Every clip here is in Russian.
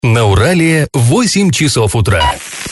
На Урале 8 часов утра.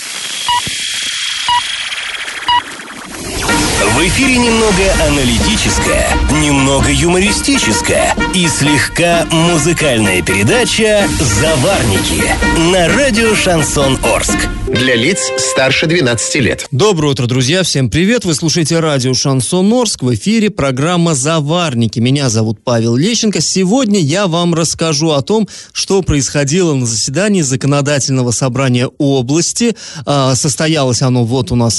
В эфире немного аналитическая, немного юмористическая и слегка музыкальная передача «Заварники» на радио «Шансон Орск». Для лиц старше 12 лет. Доброе утро, друзья. Всем привет. Вы слушаете радио «Шансон Орск». В эфире программа «Заварники». Меня зовут Павел Лещенко. Сегодня я вам расскажу о том, что происходило на заседании Законодательного собрания области. Состоялось оно вот у нас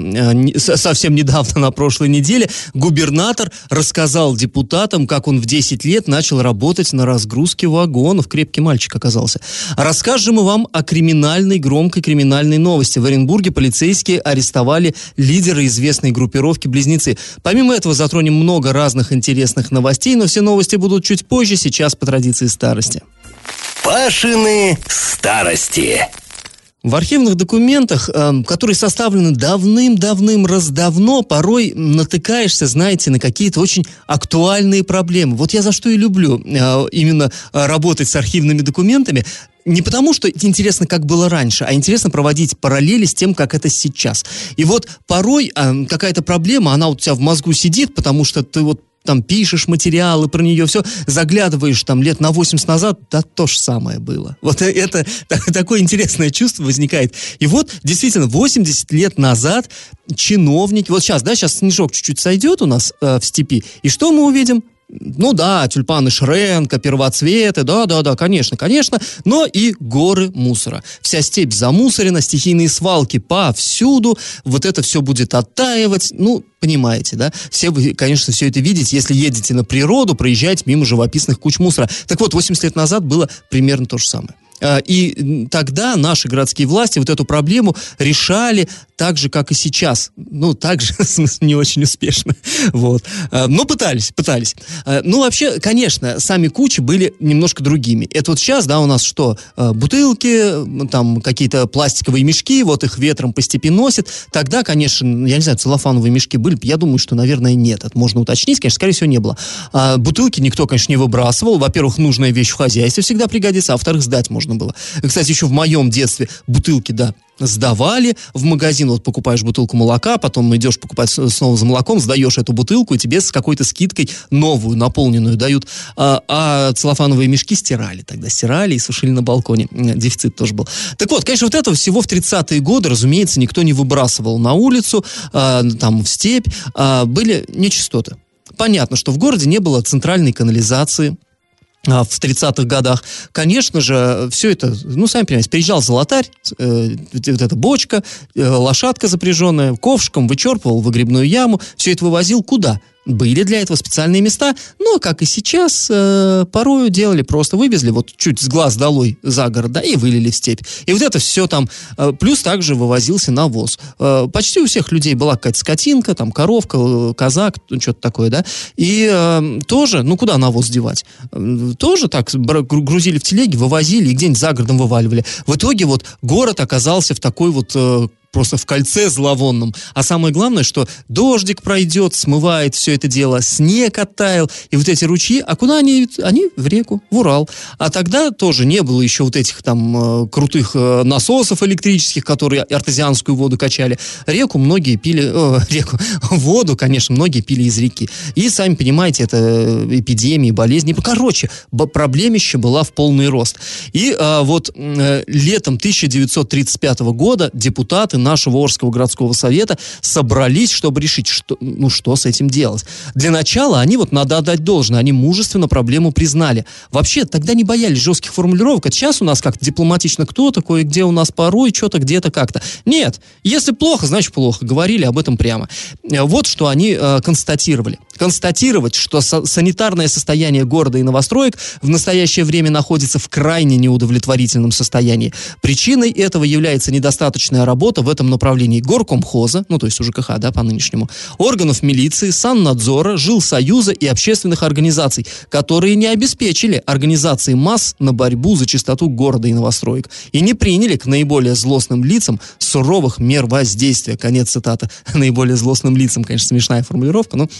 совсем недавно, на прошлой неделе. Губернатор рассказал депутатам, как он в 10 лет начал работать на разгрузке вагонов. Крепкий мальчик оказался. Расскажем мы вам о громкой криминальной новости. В Оренбурге полицейские арестовали лидера известной группировки «Близнецы». Помимо этого затронем много разных интересных новостей, но все новости будут чуть позже, сейчас по традиции старости. Пашины старости. В архивных документах, которые составлены давным-давным-раздавно, порой натыкаешься, знаете, на какие-то очень актуальные проблемы. Вот я за что и люблю именно работать с архивными документами. Не потому, что интересно, как было раньше, а интересно проводить параллели с тем, как это сейчас. И вот порой какая-то проблема, она у тебя в мозгу сидит, потому что ты вот там пишешь материалы про нее, все, заглядываешь там лет на 80 назад, да то же самое было. Вот это такое интересное чувство возникает. И вот, действительно, 80 лет назад чиновники, вот сейчас снежок чуть-чуть сойдет у нас в степи, и что мы увидим? Ну да, тюльпаны Шренка, первоцветы, да, конечно, но и горы мусора. Вся степь замусорена, стихийные свалки повсюду, вот это все будет оттаивать, понимаете, да? Все вы, конечно, все это видите, если едете на природу, проезжаете мимо живописных куч мусора. Так вот, 80 лет назад было примерно то же самое. И тогда наши городские власти вот эту проблему решали так же, как и сейчас. Так же, в смысле, не очень успешно. Вот. Но пытались. Вообще, конечно, сами кучи были немножко другими. Это вот сейчас, да, у нас что? Бутылки, там какие-то пластиковые мешки, вот их ветром по степи носит. Тогда, конечно, я не знаю, целлофановые мешки были. Я думаю, что, наверное, нет. Это можно уточнить. Конечно, скорее всего, не было. Бутылки никто, конечно, не выбрасывал. Во-первых, нужная вещь в хозяйстве всегда пригодится, а во-вторых, сдать можно было. Кстати, еще в моем детстве бутылки, да, сдавали в магазин. Вот покупаешь бутылку молока, потом идешь покупать снова за молоком, сдаешь эту бутылку, и тебе с какой-то скидкой новую, наполненную дают. А целлофановые мешки стирали и сушили на балконе. Дефицит тоже был. Так вот, конечно, вот этого всего в 30-е годы, разумеется, никто не выбрасывал на улицу, там в степь. Были нечистоты. Понятно, что в городе не было центральной канализации в 30-х годах. Конечно же, все это, сами понимаете, приезжал золотарь, вот эта бочка, лошадка запряженная, ковшиком вычерпывал выгребную яму, все это вывозил куда? Были для этого специальные места, но, как и сейчас, порою делали просто, вывезли вот чуть с глаз долой за город, да, и вылили в степь. И вот это все там, плюс также вывозился навоз. Почти у всех людей была какая-то скотинка, там, коровка, коза, что-то такое, да, и тоже, куда навоз девать? Тоже так грузили в телеги, вывозили и где-нибудь за городом вываливали. В итоге вот город оказался в такой вот просто в кольце зловонном. А самое главное, что дождик пройдет, смывает все это дело, снег оттаял, и вот эти ручьи, а куда они? Они в реку, в Урал. А тогда тоже не было еще вот этих там крутых насосов электрических, которые артезианскую воду качали. Воду, конечно, многие пили из реки. И, сами понимаете, это эпидемии, болезни. Короче, проблемища была в полный рост. И летом 1935 года депутаты нашего Орского городского совета собрались, чтобы решить, что с этим делать. Для начала они, надо отдать должное, они мужественно проблему признали. Вообще, тогда не боялись жестких формулировок. Это сейчас у нас как-то дипломатично кто-то, кое-где у нас порой, что-то где-то как-то. Нет, если плохо, значит плохо. Говорили об этом прямо. Вот что они констатировали. Констатировать, что санитарное состояние города и новостроек в настоящее время находится в крайне неудовлетворительном состоянии. Причиной этого является недостаточная работа в этом направлении горкомхоза, то есть у ЖКХ, да, по нынешнему, органов милиции, саннадзора, жилсоюза и общественных организаций, которые не обеспечили организации масс на борьбу за чистоту города и новостроек и не приняли к наиболее злостным лицам суровых мер воздействия. Конец цитаты. Наиболее злостным лицам, конечно, смешная формулировка, но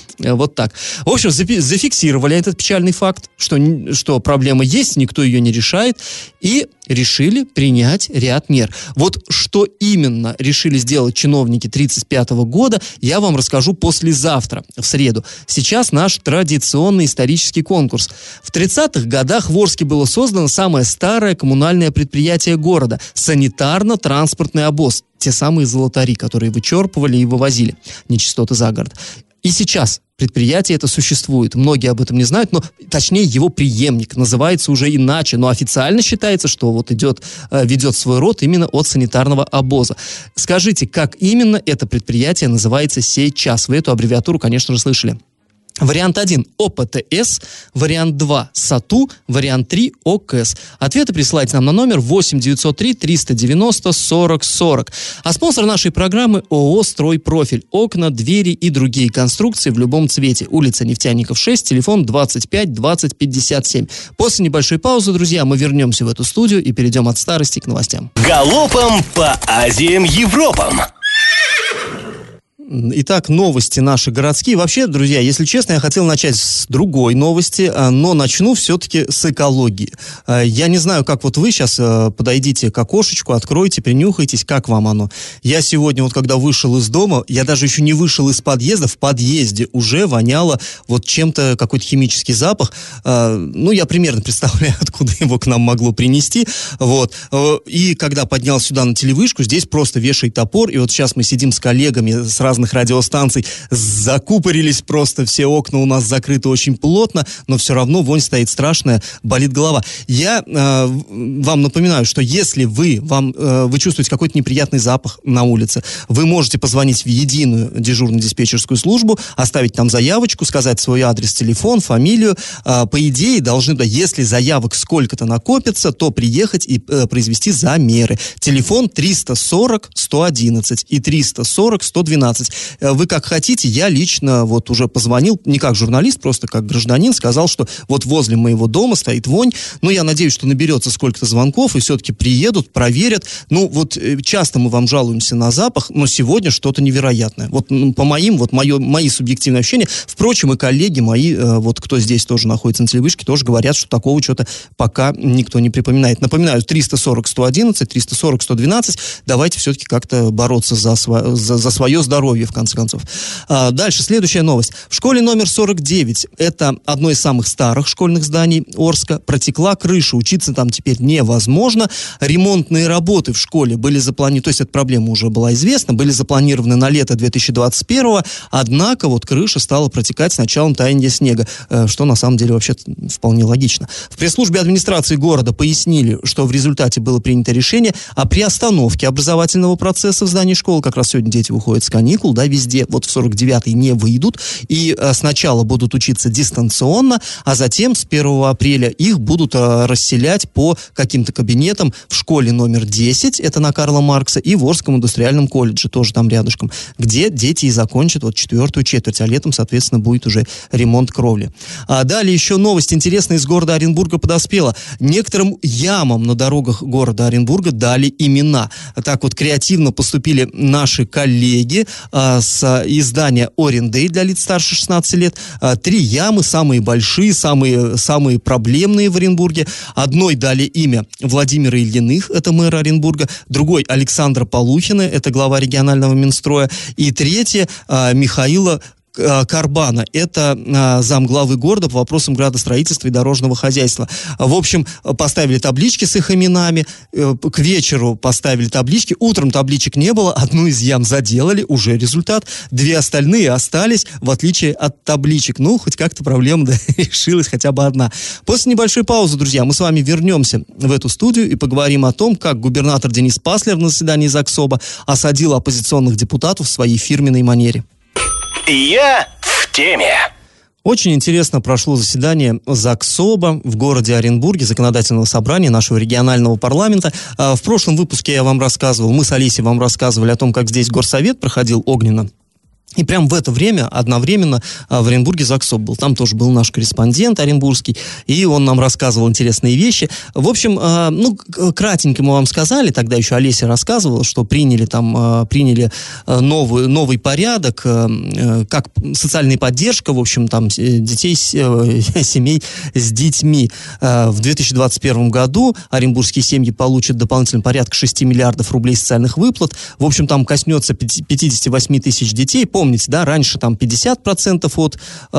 Вот так. В общем, зафиксировали этот печальный факт, что проблема есть, никто ее не решает, и решили принять ряд мер. Вот что именно решили сделать чиновники 1935 года, я вам расскажу послезавтра, в среду. Сейчас наш традиционный исторический конкурс. В 30-х годах в Орске было создано самое старое коммунальное предприятие города – санитарно-транспортный обоз. Те самые золотари, которые вычерпывали и вывозили нечистоты за город. И сейчас предприятие это существует. Многие об этом не знают, но точнее его преемник называется уже иначе, но официально считается, что вот ведет свой род именно от санитарного обоза. Скажите, как именно это предприятие называется сейчас? Вы эту аббревиатуру, конечно же, слышали. Вариант 1 – ОПТС, вариант 2 – САТУ, вариант 3 – ОКС. Ответы присылайте нам на номер 8 903 390 40 40. А спонсор нашей программы – ООО «Стройпрофиль». Окна, двери и другие конструкции в любом цвете. Улица Нефтяников, 6, телефон 25 20 57. После небольшой паузы, друзья, мы вернемся в эту студию и перейдем от старости к новостям. Галопом по Азиям, Европам. Итак, новости наши городские. Вообще, друзья, если честно, я хотел начать с другой новости, но начну все-таки с экологии. Я не знаю, как вот вы сейчас подойдите к окошечку, откроете, принюхайтесь, как вам оно. Я сегодня, вот когда вышел из дома, я даже еще не вышел из подъезда, в подъезде уже воняло вот чем-то, какой-то химический запах. Ну, я примерно представляю, откуда его к нам могло принести. Вот. И когда поднялся сюда на телевышку, здесь просто вешает топор, и вот сейчас мы сидим с коллегами с разных радиостанций, закупорились просто, все окна у нас закрыты очень плотно, но все равно вонь стоит страшная, болит голова. Я вам напоминаю, что если вы чувствуете какой-то неприятный запах на улице, вы можете позвонить в единую дежурно-диспетчерскую службу, оставить там заявочку, сказать свой адрес, телефон, фамилию. По идее, должны, если заявок сколько-то накопится, то приехать и произвести замеры. Телефон 340 111 и 340 112. Вы как хотите, я лично вот уже позвонил, не как журналист, просто как гражданин, сказал, что вот возле моего дома стоит вонь, но я надеюсь, что наберется сколько-то звонков, и все-таки приедут, проверят. Ну, вот часто мы вам жалуемся на запах, но сегодня что-то невероятное. Вот по мои субъективные ощущения, впрочем, и коллеги мои, вот кто здесь тоже находится на телевышке, тоже говорят, что такого что-то пока никто не припоминает. Напоминаю, 340 111, 340 112, давайте все-таки как-то бороться за свое здоровье, в конце концов. Дальше, следующая новость. В школе номер 49, это одно из самых старых школьных зданий Орска, протекла крыша, учиться там теперь невозможно. Ремонтные работы в школе были запланированы, то есть эта проблема уже была известна, были запланированы на лето 2021, однако вот крыша стала протекать с началом таяния снега, что на самом деле вообще вполне логично. В пресс-службе администрации города пояснили, что в результате было принято решение о приостановке образовательного процесса в здании школы. Как раз сегодня дети выходят с каникул, да, везде, вот в 49-й не выйдут, и сначала будут учиться дистанционно, а затем с 1 апреля их будут расселять по каким-то кабинетам в школе номер 10, это на Карла Маркса, и в Орском индустриальном колледже, тоже там рядышком, где дети и закончат вот 4-ю четверть, а летом, соответственно, будет уже ремонт кровли. А далее еще новость интересная из города Оренбурга подоспела. Некоторым ямам на дорогах города Оренбурга дали имена. Так вот креативно поступили наши коллеги с издания Орендей для лиц старше 16 лет. 3 ямы, самые большие, самые проблемные в Оренбурге. Одной дали имя Владимира Ильиных, это мэр Оренбурга, другой Александра Полухина, это глава регионального Минстроя, и третье Михаила Карбана, это замглавы города по вопросам градостроительства и дорожного хозяйства. В общем, поставили таблички с их именами, к вечеру поставили таблички, утром табличек не было, одну из ям заделали, уже результат, 2 остальные остались, в отличие от табличек. Ну, хоть как-то проблема решилась, хотя бы одна. После небольшой паузы, друзья, мы с вами вернемся в эту студию и поговорим о том, как губернатор Денис Паслер на заседании ЗАГСОБа осадил оппозиционных депутатов в своей фирменной манере. Я в теме. Очень интересно прошло заседание ЗАГСОБа в городе Оренбурге, законодательного собрания нашего регионального парламента. В прошлом выпуске я вам рассказывал, мы с Олесей вам рассказывали о том, как здесь горсовет проходил огненно. И прямо в это время одновременно в Оренбурге ЗАГСОБ был. Там тоже был наш корреспондент оренбургский, и он нам рассказывал интересные вещи. В общем, кратенько мы вам сказали, тогда еще Олеся рассказывала, что приняли новый порядок, как социальная поддержка, в общем, там, детей, семей с детьми. В 2021 году оренбургские семьи получат дополнительно порядка 6 миллиардов рублей социальных выплат. В общем, там коснется 58 тысяч детей. Помните, да, раньше там 50% от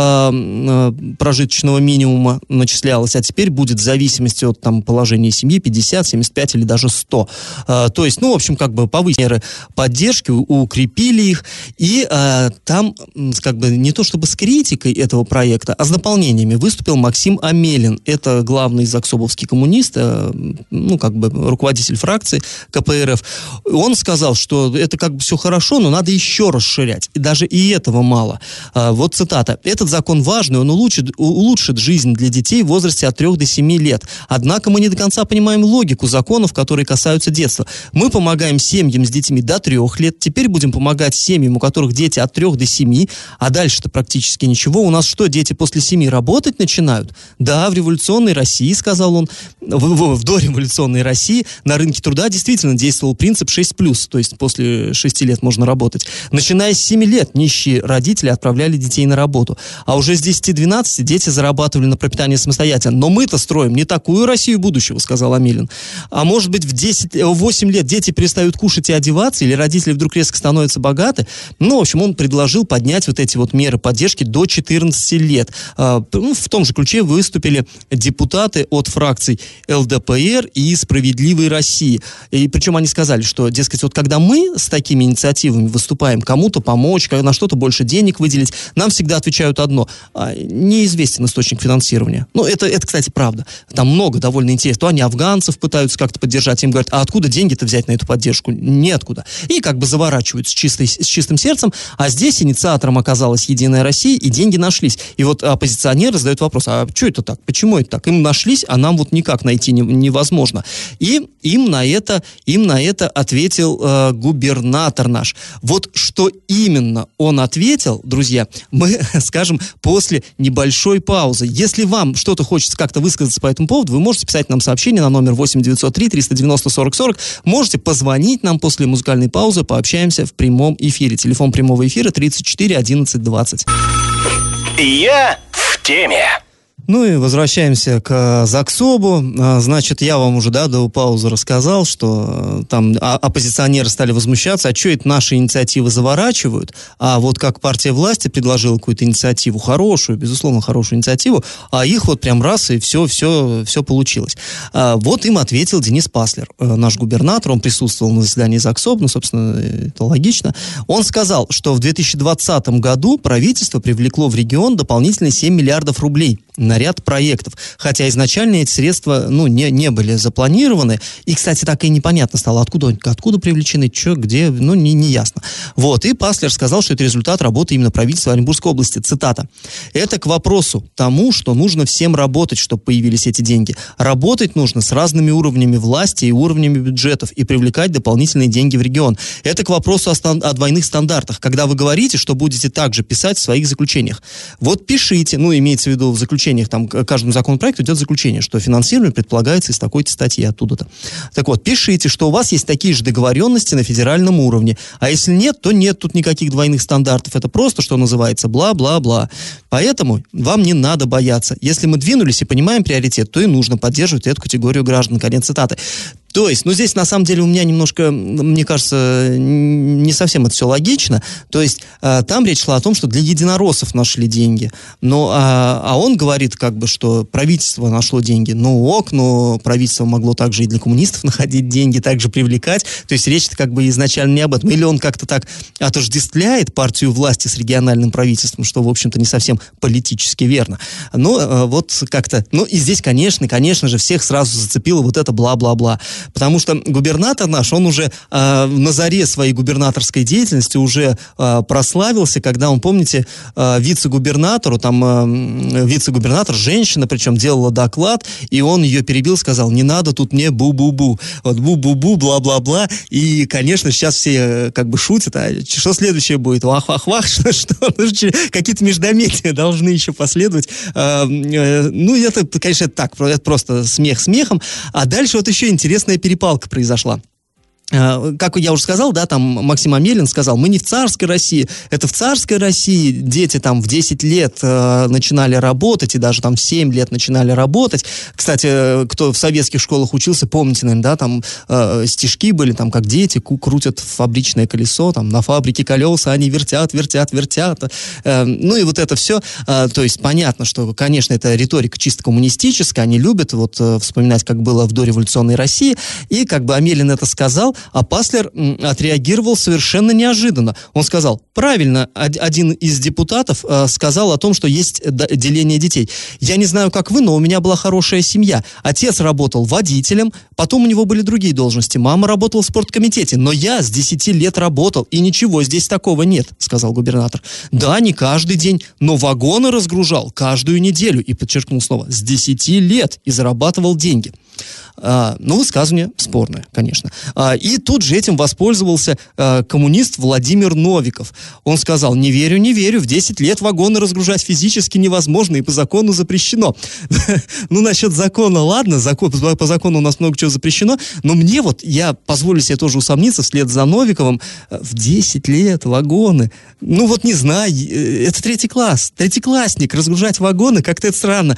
прожиточного минимума начислялось, а теперь будет в зависимости от там положения семьи 50, 75 или даже 100. То есть, в общем, как бы повысили меры поддержки, укрепили их, и там, как бы, не то чтобы с критикой этого проекта, а с дополнениями выступил Максим Амелин. Это главный ЗАГСОБовский коммунист, как бы руководитель фракции КПРФ. Он сказал, что это как бы все хорошо, но надо еще расширять. И даже и этого мало. Вот цитата. «Этот закон важный, он улучшит жизнь для детей в возрасте от 3 до 7 лет. Однако мы не до конца понимаем логику законов, которые касаются детства. Мы помогаем семьям с детьми до 3 лет, теперь будем помогать семьям, у которых дети от 3 до 7, а дальше-то практически ничего. У нас что, дети после 7 работать начинают? Да, в революционной России, сказал он, в дореволюционной России на рынке труда действительно действовал принцип 6+, то есть после 6 лет можно работать. Начиная с 7 лет нищие родители отправляли детей на работу. А уже с 10-12 дети зарабатывали на пропитание самостоятельно. Но мы-то строим не такую Россию будущего, сказал Амелин. А может быть, в 8 лет дети перестают кушать и одеваться, или родители вдруг резко становятся богаты? В общем, он предложил поднять вот эти вот меры поддержки до 14 лет. В том же ключе выступили депутаты от фракций ЛДПР и «Справедливой России». И причем они сказали, что, дескать, вот когда мы с такими инициативами выступаем, кому-то помочь, на что-то больше денег выделить, нам всегда отвечают одно: неизвестен источник финансирования. Это, кстати, правда. Там много довольно интересно. То они афганцев пытаются как-то поддержать, им говорят, а откуда деньги-то взять на эту поддержку? Неоткуда. И как бы заворачивают с чистым сердцем, а здесь инициатором оказалась «Единая Россия», и деньги нашлись. И вот оппозиционеры задают вопрос, а что это так? Почему это так? Им нашлись, а нам вот никак найти невозможно. И им на это ответил губернатор наш. Вот что именно он ответил, друзья, мы скажем после небольшой паузы. Если вам что-то хочется как-то высказаться по этому поводу, вы можете писать нам сообщение на номер 8-903-390-40-40. Можете позвонить нам после музыкальной паузы, пообщаемся в прямом эфире. Телефон прямого эфира 34 11 20. Я в теме. И возвращаемся к ЗАГСОБу. Значит, я вам уже, до паузы рассказал, что там оппозиционеры стали возмущаться, а что это наши инициативы заворачивают, а вот как партия власти предложила какую-то инициативу хорошую, безусловно, хорошую инициативу, а их вот прям раз и все получилось. Вот им ответил Денис Паслер, наш губернатор, он присутствовал на заседании ЗАГСОБ, собственно, это логично. Он сказал, что в 2020 году правительство привлекло в регион дополнительные 7 миллиардов рублей на ряд проектов. Хотя изначально эти средства, не были запланированы. И, кстати, так и непонятно стало, откуда привлечены, что, где, не ясно. Вот. И Паслер сказал, что это результат работы именно правительства Оренбургской области. Цитата. «Это к вопросу тому, что нужно всем работать, чтобы появились эти деньги. Работать нужно с разными уровнями власти и уровнями бюджетов и привлекать дополнительные деньги в регион. Это к вопросу о двойных стандартах. Когда вы говорите, что будете также писать в своих заключениях. Вот пишите, имеется в виду в заключениях, там к каждому законопроекту идет заключение, что финансирование предполагается из такой-то статьи оттуда-то. Так вот, пишите, что у вас есть такие же договоренности на федеральном уровне. А если нет, то нет тут никаких двойных стандартов. Это просто, что называется, бла-бла-бла. Поэтому вам не надо бояться. Если мы двинулись и понимаем приоритет, то и нужно поддерживать эту категорию граждан». Конец цитаты. То есть, здесь на самом деле у меня немножко, мне кажется, не совсем это все логично. То есть, там речь шла о том, что для единороссов нашли деньги. А он говорит, что правительство нашло деньги. Но правительство могло также и для коммунистов находить деньги, также привлекать. То есть, речь-то изначально не об этом. Или он как-то так отождествляет партию власти с региональным правительством, что, в общем-то, не совсем политически верно. Вот как-то... и здесь, конечно же, всех сразу зацепило вот это бла-бла-бла. Потому что губернатор наш, он уже на заре своей губернаторской деятельности уже прославился, когда он, помните, вице-губернатор, женщина, причем делала доклад, и он ее перебил, сказал: не надо тут мне бу-бу-бу. Вот бу-бу-бу, бла-бла-бла. И, конечно, сейчас все как бы шутят, а что следующее будет? Вах-вах-вах, что? Какие-то междометия должны еще последовать. Ну, это, конечно, это так, это просто смех смехом. А дальше вот еще интересная перепалка произошла. Как я уже сказал, да, там Максим Амелин сказал: мы не в царской России, это в царской России дети там в 10 лет начинали работать, и даже там в 7 лет начинали работать. Кстати, кто в советских школах учился, помните, наверное, да, там стишки были, там, как дети крутят фабричное колесо, там, на фабрике колеса они вертят. Ну и вот это все, то есть понятно, что, конечно, это риторика чисто коммунистическая, они любят вот вспоминать, как было в дореволюционной России, и как бы Амелин это сказал, а Паслер отреагировал совершенно неожиданно. Он сказал: правильно, один из депутатов сказал о том, что есть деление детей. Я не знаю, как вы, но у меня была хорошая семья. Отец работал водителем, потом у него были другие должности. Мама работала в спорткомитете, но я с 10 лет работал, и ничего здесь такого нет, сказал губернатор. Да, не каждый день, но вагоны разгружал каждую неделю, и подчеркнул снова, с 10 лет, и зарабатывал деньги. Ну, высказывание спорное, конечно. И тут же этим воспользовался коммунист Владимир Новиков. Он сказал: не верю, в 10 лет вагоны разгружать физически невозможно и по закону запрещено. Ну, насчет закона, ладно, по закону у нас много чего запрещено, но мне вот, я позволю себе тоже усомниться вслед за Новиковым, в 10 лет вагоны, ну вот не знаю, это третьеклассник, разгружать вагоны, как-то это странно.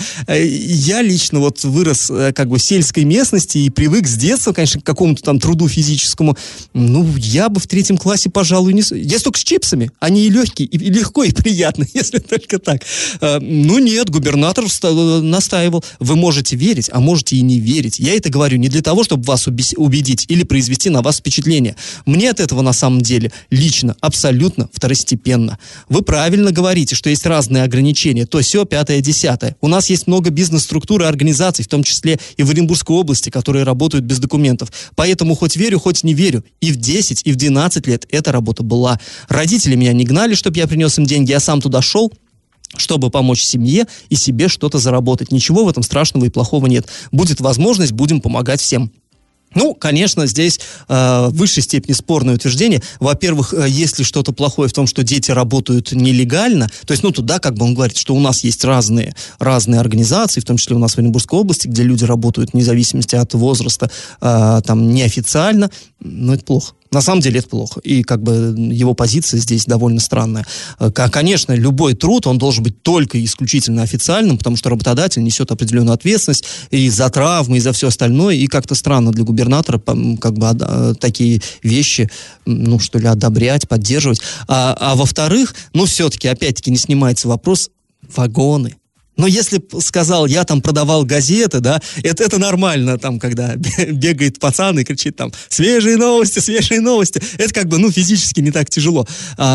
Я лично вот вырос как бы в сельской местности и привык с детства, конечно, к какому-то там труду физическому. Ну, я бы в 3 классе, пожалуй, не... Я только с чипсами. Они и легкие, и легко, и приятно, если только так. Ну, нет, губернатор настаивал. Вы можете верить, а можете и не верить. Я это говорю не для того, чтобы вас убедить или произвести на вас впечатление. Мне от этого, на самом деле, лично, абсолютно второстепенно. Вы правильно говорите, что есть разные ограничения. То сё, 5-е, 10-е. У нас есть много бизнес-структур и организаций, в том числе и в Оренбургской области, которые работают без документов. Поэтому хоть верю, хоть не верю. И в 10, и в 12 лет эта работа была. Родители меня не гнали, чтобы я принес им деньги. Я сам туда шел, чтобы помочь семье и себе что-то заработать. Ничего в этом страшного и плохого нет. Будет возможность, будем помогать всем. Ну, конечно, здесь в высшей степени спорное утверждение. Во-первых, есть ли что-то плохое в том, что дети работают нелегально? То есть, ну, туда как бы он говорит, что у нас есть разные организации, в том числе у нас в Оренбургской области, где люди работают вне зависимости от возраста, там, неофициально. Но это плохо. На самом деле это плохо. И как бы его позиция здесь довольно странная. Конечно, любой труд, он должен быть только и исключительно официальным, потому что работодатель несет определенную ответственность и за травмы, и за все остальное. И как-то странно для губернатора как бы такие вещи, ну, что ли, одобрять, поддерживать. А во-вторых, ну, все-таки, опять-таки, не снимается вопрос вагоны. Но если б сказал, я там продавал газеты, да, это нормально, там, когда бегает пацан и кричит там: свежие новости, это как бы, ну, физически не так тяжело.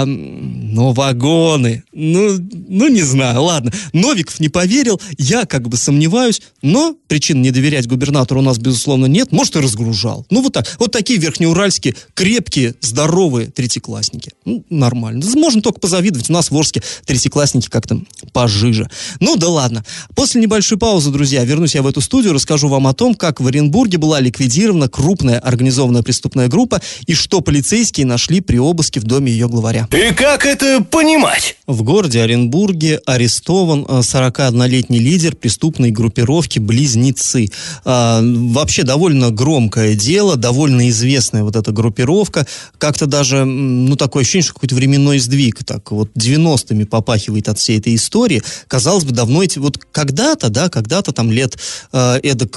Но вагоны, ну, не знаю, ладно. Новиков не поверил, я как бы сомневаюсь, но причин не доверять губернатору у нас, безусловно, нет, может, и разгружал. Ну, вот так, вот такие верхнеуральские, крепкие, здоровые третьеклассники. Ну, нормально. Можно только позавидовать, у нас в Орске третьеклассники как-то пожиже. Ну, да ладно. После небольшой паузы, друзья, вернусь я в эту студию, расскажу вам о том, как в Оренбурге была ликвидирована крупная организованная преступная группа и что полицейские нашли при обыске в доме ее главаря. И как это понимать? В городе Оренбурге арестован 41-летний лидер преступной группировки «Близнецы». Вообще довольно громкое дело, довольно известная вот эта группировка. Как-то даже, ну, такое ощущение, что какой-то временной сдвиг. Так вот 90-ми попахивает от всей этой истории. Казалось бы, давно вот когда-то там лет эдак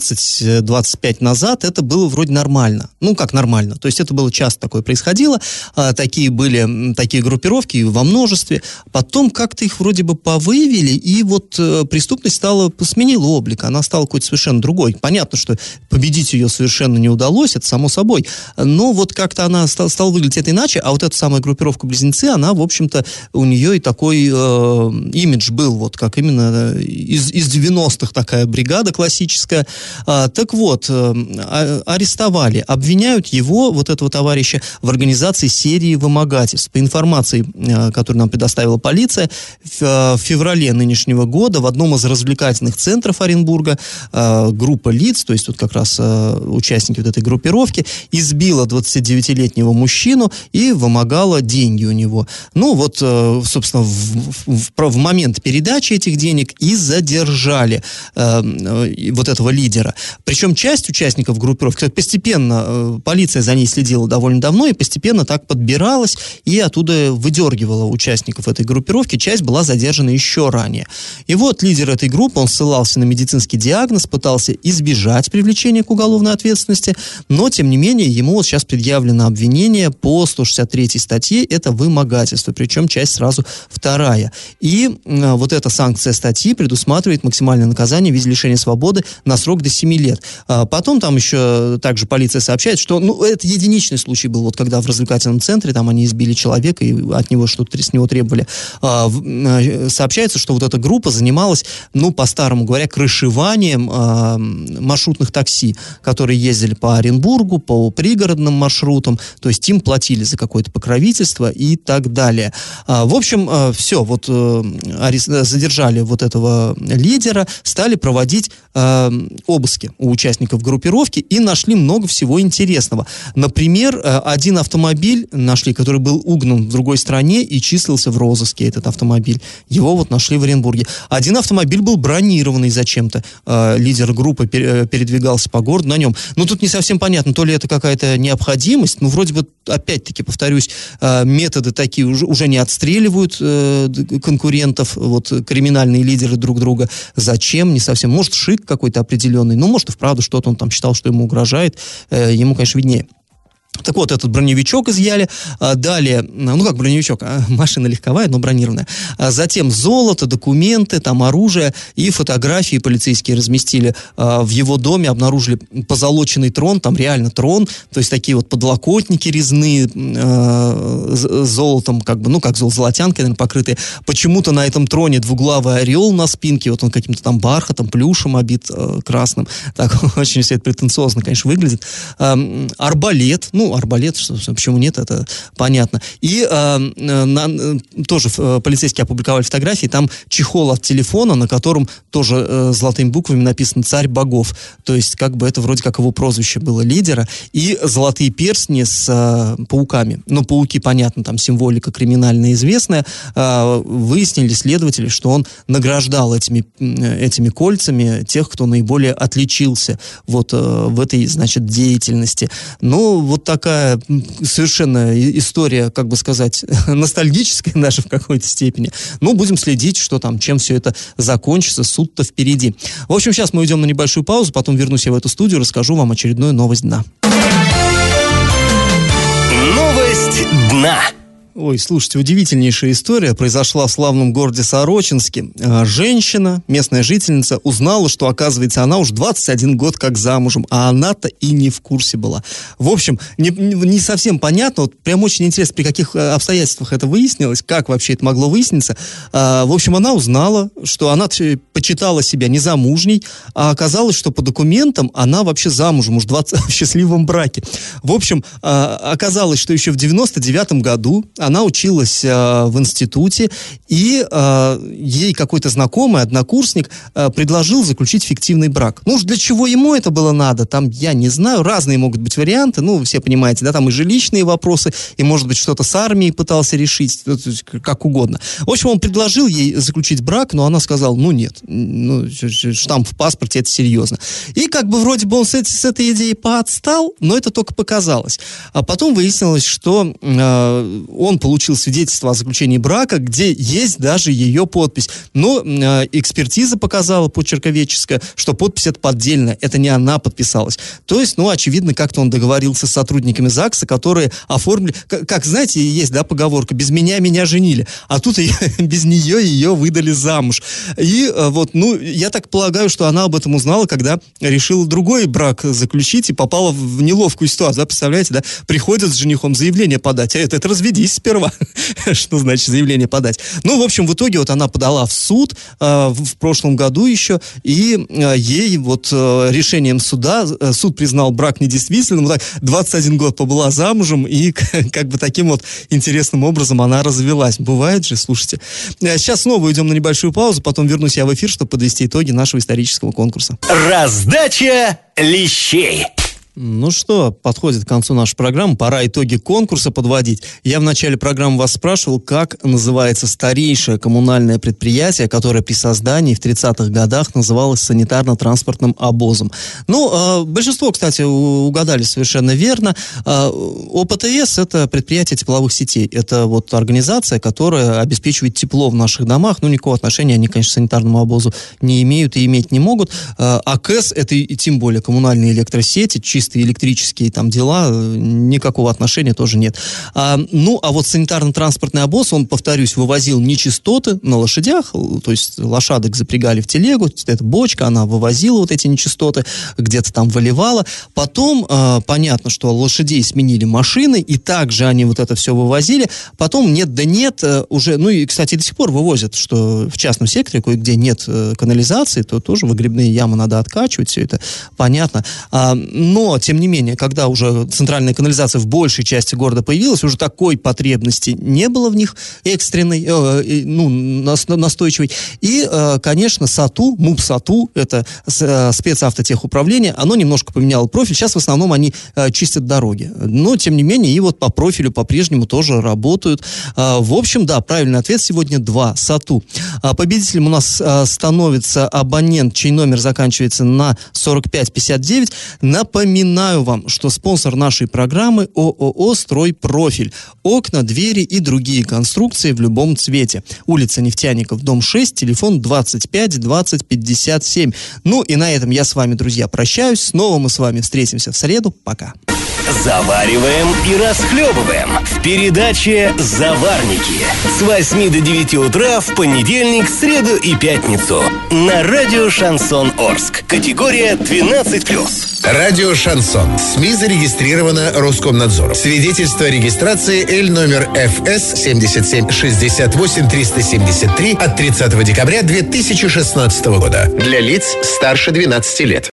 20-25 назад это было вроде нормально. Ну, как нормально. То есть это было часто такое происходило. Такие группировки во множестве. Потом как-то их вроде бы повывели, и вот преступность сменила облик. Она стала какой-то совершенно другой. Понятно, что победить ее совершенно не удалось, это само собой. Но вот как-то она стала выглядеть это иначе, а вот эта самая группировка «Близнецы», она, в общем-то, у нее и такой имидж был, вот как именно именно из 90-х такая бригада классическая. Так вот, арестовали, обвиняют его, вот этого товарища, в организации серии вымогательств. По информации, которую нам предоставила полиция, в феврале нынешнего года в одном из развлекательных центров Оренбурга группа лиц, то есть тут как раз участники вот этой группировки, избила 29-летнего мужчину и вымогала деньги у него. Ну вот, собственно, в момент передачи этих денег и задержали вот этого лидера. Причем часть участников группировки, постепенно полиция за ней следила довольно давно и постепенно так подбиралась и оттуда выдергивала участников этой группировки. Часть была задержана еще ранее. И вот лидер этой группы, он ссылался на медицинский диагноз, пытался избежать привлечения к уголовной ответственности, но, тем не менее, ему вот сейчас предъявлено обвинение по 163 статье, это вымогательство, причем часть сразу вторая. И вот эта санкция статьи предусматривает максимальное наказание в виде лишения свободы на срок до 7 лет. Потом там еще также полиция сообщает, что это единичный случай был, вот когда в развлекательном центре там они избили человека и от него что-то с него требовали. Сообщается, что вот эта группа занималась, по-старому говоря, крышеванием маршрутных такси, которые ездили по Оренбургу, по пригородным маршрутам, то есть им платили за какое-то покровительство и так далее. В общем, все, вот задержали вот этого лидера, стали проводить обыски у участников группировки и нашли много всего интересного. Например, один автомобиль нашли, который был угнан в другой стране и числился в розыске, этот автомобиль. Его вот нашли в Оренбурге. Один автомобиль был бронированный зачем-то. Лидер группы передвигался по городу на нем. Тут не совсем понятно, то ли это какая-то необходимость, вроде бы, опять-таки, повторюсь, методы такие уже не отстреливают конкурентов, вот криминальные лидеры друг друга. Зачем? Не совсем. Может, шик какой-то определенный, может, и вправду что-то он там считал, что ему угрожает. Ему, конечно, виднее. Так вот, этот броневичок изъяли. Далее, как броневичок, машина легковая, но бронированная. Затем золото, документы, там оружие и фотографии полицейские разместили в его доме, обнаружили позолоченный трон, там реально трон, то есть такие вот подлокотники резные, золотом, как золотянкой, наверное, покрытые. Почему-то на этом троне двуглавый орел на спинке, вот он каким-то там бархатом, плюшем обит красным. Так, очень все это претенциозно, конечно, выглядит. Арбалет, арбалет, почему нет, это понятно. И тоже полицейские опубликовали фотографии, там чехол от телефона, на котором тоже золотыми буквами написано «Царь богов». То есть, это вроде как его прозвище было лидера. И золотые перстни с пауками. Пауки, понятно, там символика криминальная известная. Выяснили следователи, что он награждал этими кольцами тех, кто наиболее отличился вот в этой, деятельности. Вот такая совершенно история, ностальгическая даже в какой-то степени. Будем следить, что там, чем все это закончится. Суд-то впереди. В общем, сейчас мы уйдем на небольшую паузу, потом вернусь я в эту студию, расскажу вам очередную новость дна. Новость дна. Ой, слушайте, удивительнейшая история произошла в славном городе Сорочинске. Женщина, местная жительница, узнала, что, оказывается, она уже 21 год как замужем, а она-то и не в курсе была. В общем, не совсем понятно, прям очень интересно, при каких обстоятельствах это выяснилось, как вообще это могло выясниться. В общем, она узнала, что она почитала себя незамужней, а оказалось, что по документам она вообще замужем, уж в счастливом браке. В общем, оказалось, что еще в 99-м году она училась в институте, и ей какой-то знакомый, однокурсник, предложил заключить фиктивный брак. Для чего ему это было надо, там, я не знаю, разные могут быть варианты, вы все понимаете, да, там и жилищные вопросы, и, может быть, что-то с армией пытался решить, как угодно. В общем, он предложил ей заключить брак, но она сказала, нет, штамп в паспорте, это серьезно. И вроде бы он с этой идеей поотстал, но это только показалось. А потом выяснилось, что он получил свидетельство о заключении брака, где есть даже ее подпись. Но экспертиза показала, почерковедческая, что подпись это поддельная, это не она подписалась. То есть, очевидно, как-то он договорился с сотрудниками ЗАГСа, которые оформили, как знаете, есть, да, поговорка, без меня женили, а тут без нее ее выдали замуж. И я так полагаю, что она об этом узнала, когда решила другой брак заключить и попала в неловкую ситуацию, да, представляете, да, приходят с женихом заявление подать, а это разведись, сперва, что значит заявление подать. Ну, в общем, в итоге вот она подала в суд в прошлом году еще, и ей вот решением суда суд признал брак недействительным. Так 21 год побыла замужем, и как бы таким вот интересным образом она развелась. Бывает же, слушайте. Сейчас снова уйдем на небольшую паузу, потом вернусь я в эфир, чтобы подвести итоги нашего исторического конкурса. Раздача лещей. Ну что, подходит к концу наша программа, пора итоги конкурса подводить. Я в начале программы вас спрашивал, как называется старейшее коммунальное предприятие, которое при создании в 30-х годах называлось санитарно-транспортным обозом. Ну, большинство, кстати, угадали совершенно верно. ОПТС – это предприятие тепловых сетей. Это вот организация, которая обеспечивает тепло в наших домах. Ну, никакого отношения они, конечно, к санитарному обозу не имеют и иметь не могут. АКЭС – это и тем более коммунальные электросети, чисто электрические там дела, никакого отношения тоже нет. А вот санитарно-транспортный обоз, он, повторюсь, вывозил нечистоты на лошадях, то есть лошадок запрягали в телегу, эта бочка, она вывозила вот эти нечистоты, где-то там выливала. Потом, понятно, что лошадей сменили машины, и также они вот это все вывозили. Потом нет уже, ну и, кстати, до сих пор вывозят, что в частном секторе, кое-где нет канализации, то тоже выгребные ямы надо откачивать, все это понятно. Но, тем не менее, когда уже центральная канализация в большей части города появилась, уже такой потребности не было в них экстренной, настойчивой. И, конечно, МУП САТУ, это спецавтотехуправление, оно немножко поменяло профиль. Сейчас в основном они чистят дороги. Но, тем не менее, и вот по профилю по-прежнему тоже работают. В общем, да, правильный ответ сегодня 2. САТУ. Победителем у нас становится абонент, чей номер заканчивается на 4559. Напоминаю вам, что спонсор нашей программы ООО «Стройпрофиль». Окна, двери и другие конструкции в любом цвете. Улица Нефтяников, дом 6, телефон 25 20 57. Ну и на этом я с вами, друзья, прощаюсь. Снова мы с вами встретимся в среду. Пока. Завариваем и расхлебываем в передаче «Заварники» с 8 до 9 утра в понедельник, среду и пятницу на радио «Шансон Орск». Категория 12+. Радио «Шансон». СМИ зарегистрировано Роскомнадзором. Свидетельство о регистрации Л номер ФС 7768373 от 30 декабря 2016 года. Для лиц старше 12 лет.